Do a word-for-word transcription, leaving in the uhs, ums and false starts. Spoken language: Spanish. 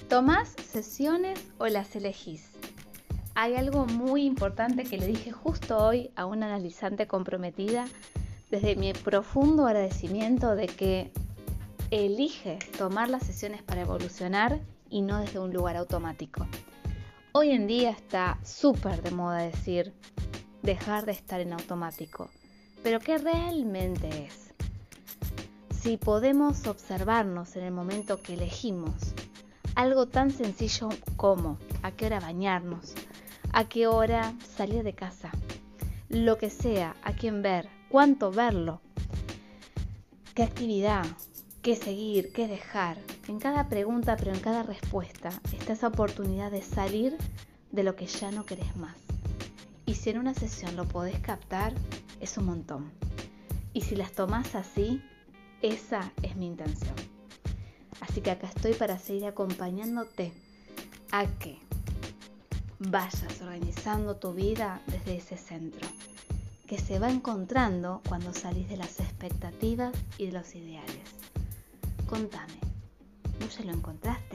¿Tomás sesiones o las elegís? Hay algo muy importante que le dije justo hoy a una analizante comprometida desde mi profundo agradecimiento de que elige tomar las sesiones para evolucionar y no desde un lugar automático. Hoy en día está súper de moda decir dejar de estar en automático, pero ¿qué realmente es? Si podemos observarnos en el momento que elegimos algo tan sencillo como a qué hora bañarnos, a qué hora salir de casa, lo que sea, a quién ver, cuánto verlo, qué actividad, qué seguir, qué dejar. En cada pregunta, pero en cada respuesta, está esa oportunidad de salir de lo que ya no querés más. Y si en una sesión lo podés captar, es un montón. Y si las tomás así, esa es mi intención. Así que acá estoy para seguir acompañándote a que vayas organizando tu vida desde ese centro, que se va encontrando cuando salís de las expectativas y de los ideales. Contame, ¿vos ya lo encontraste?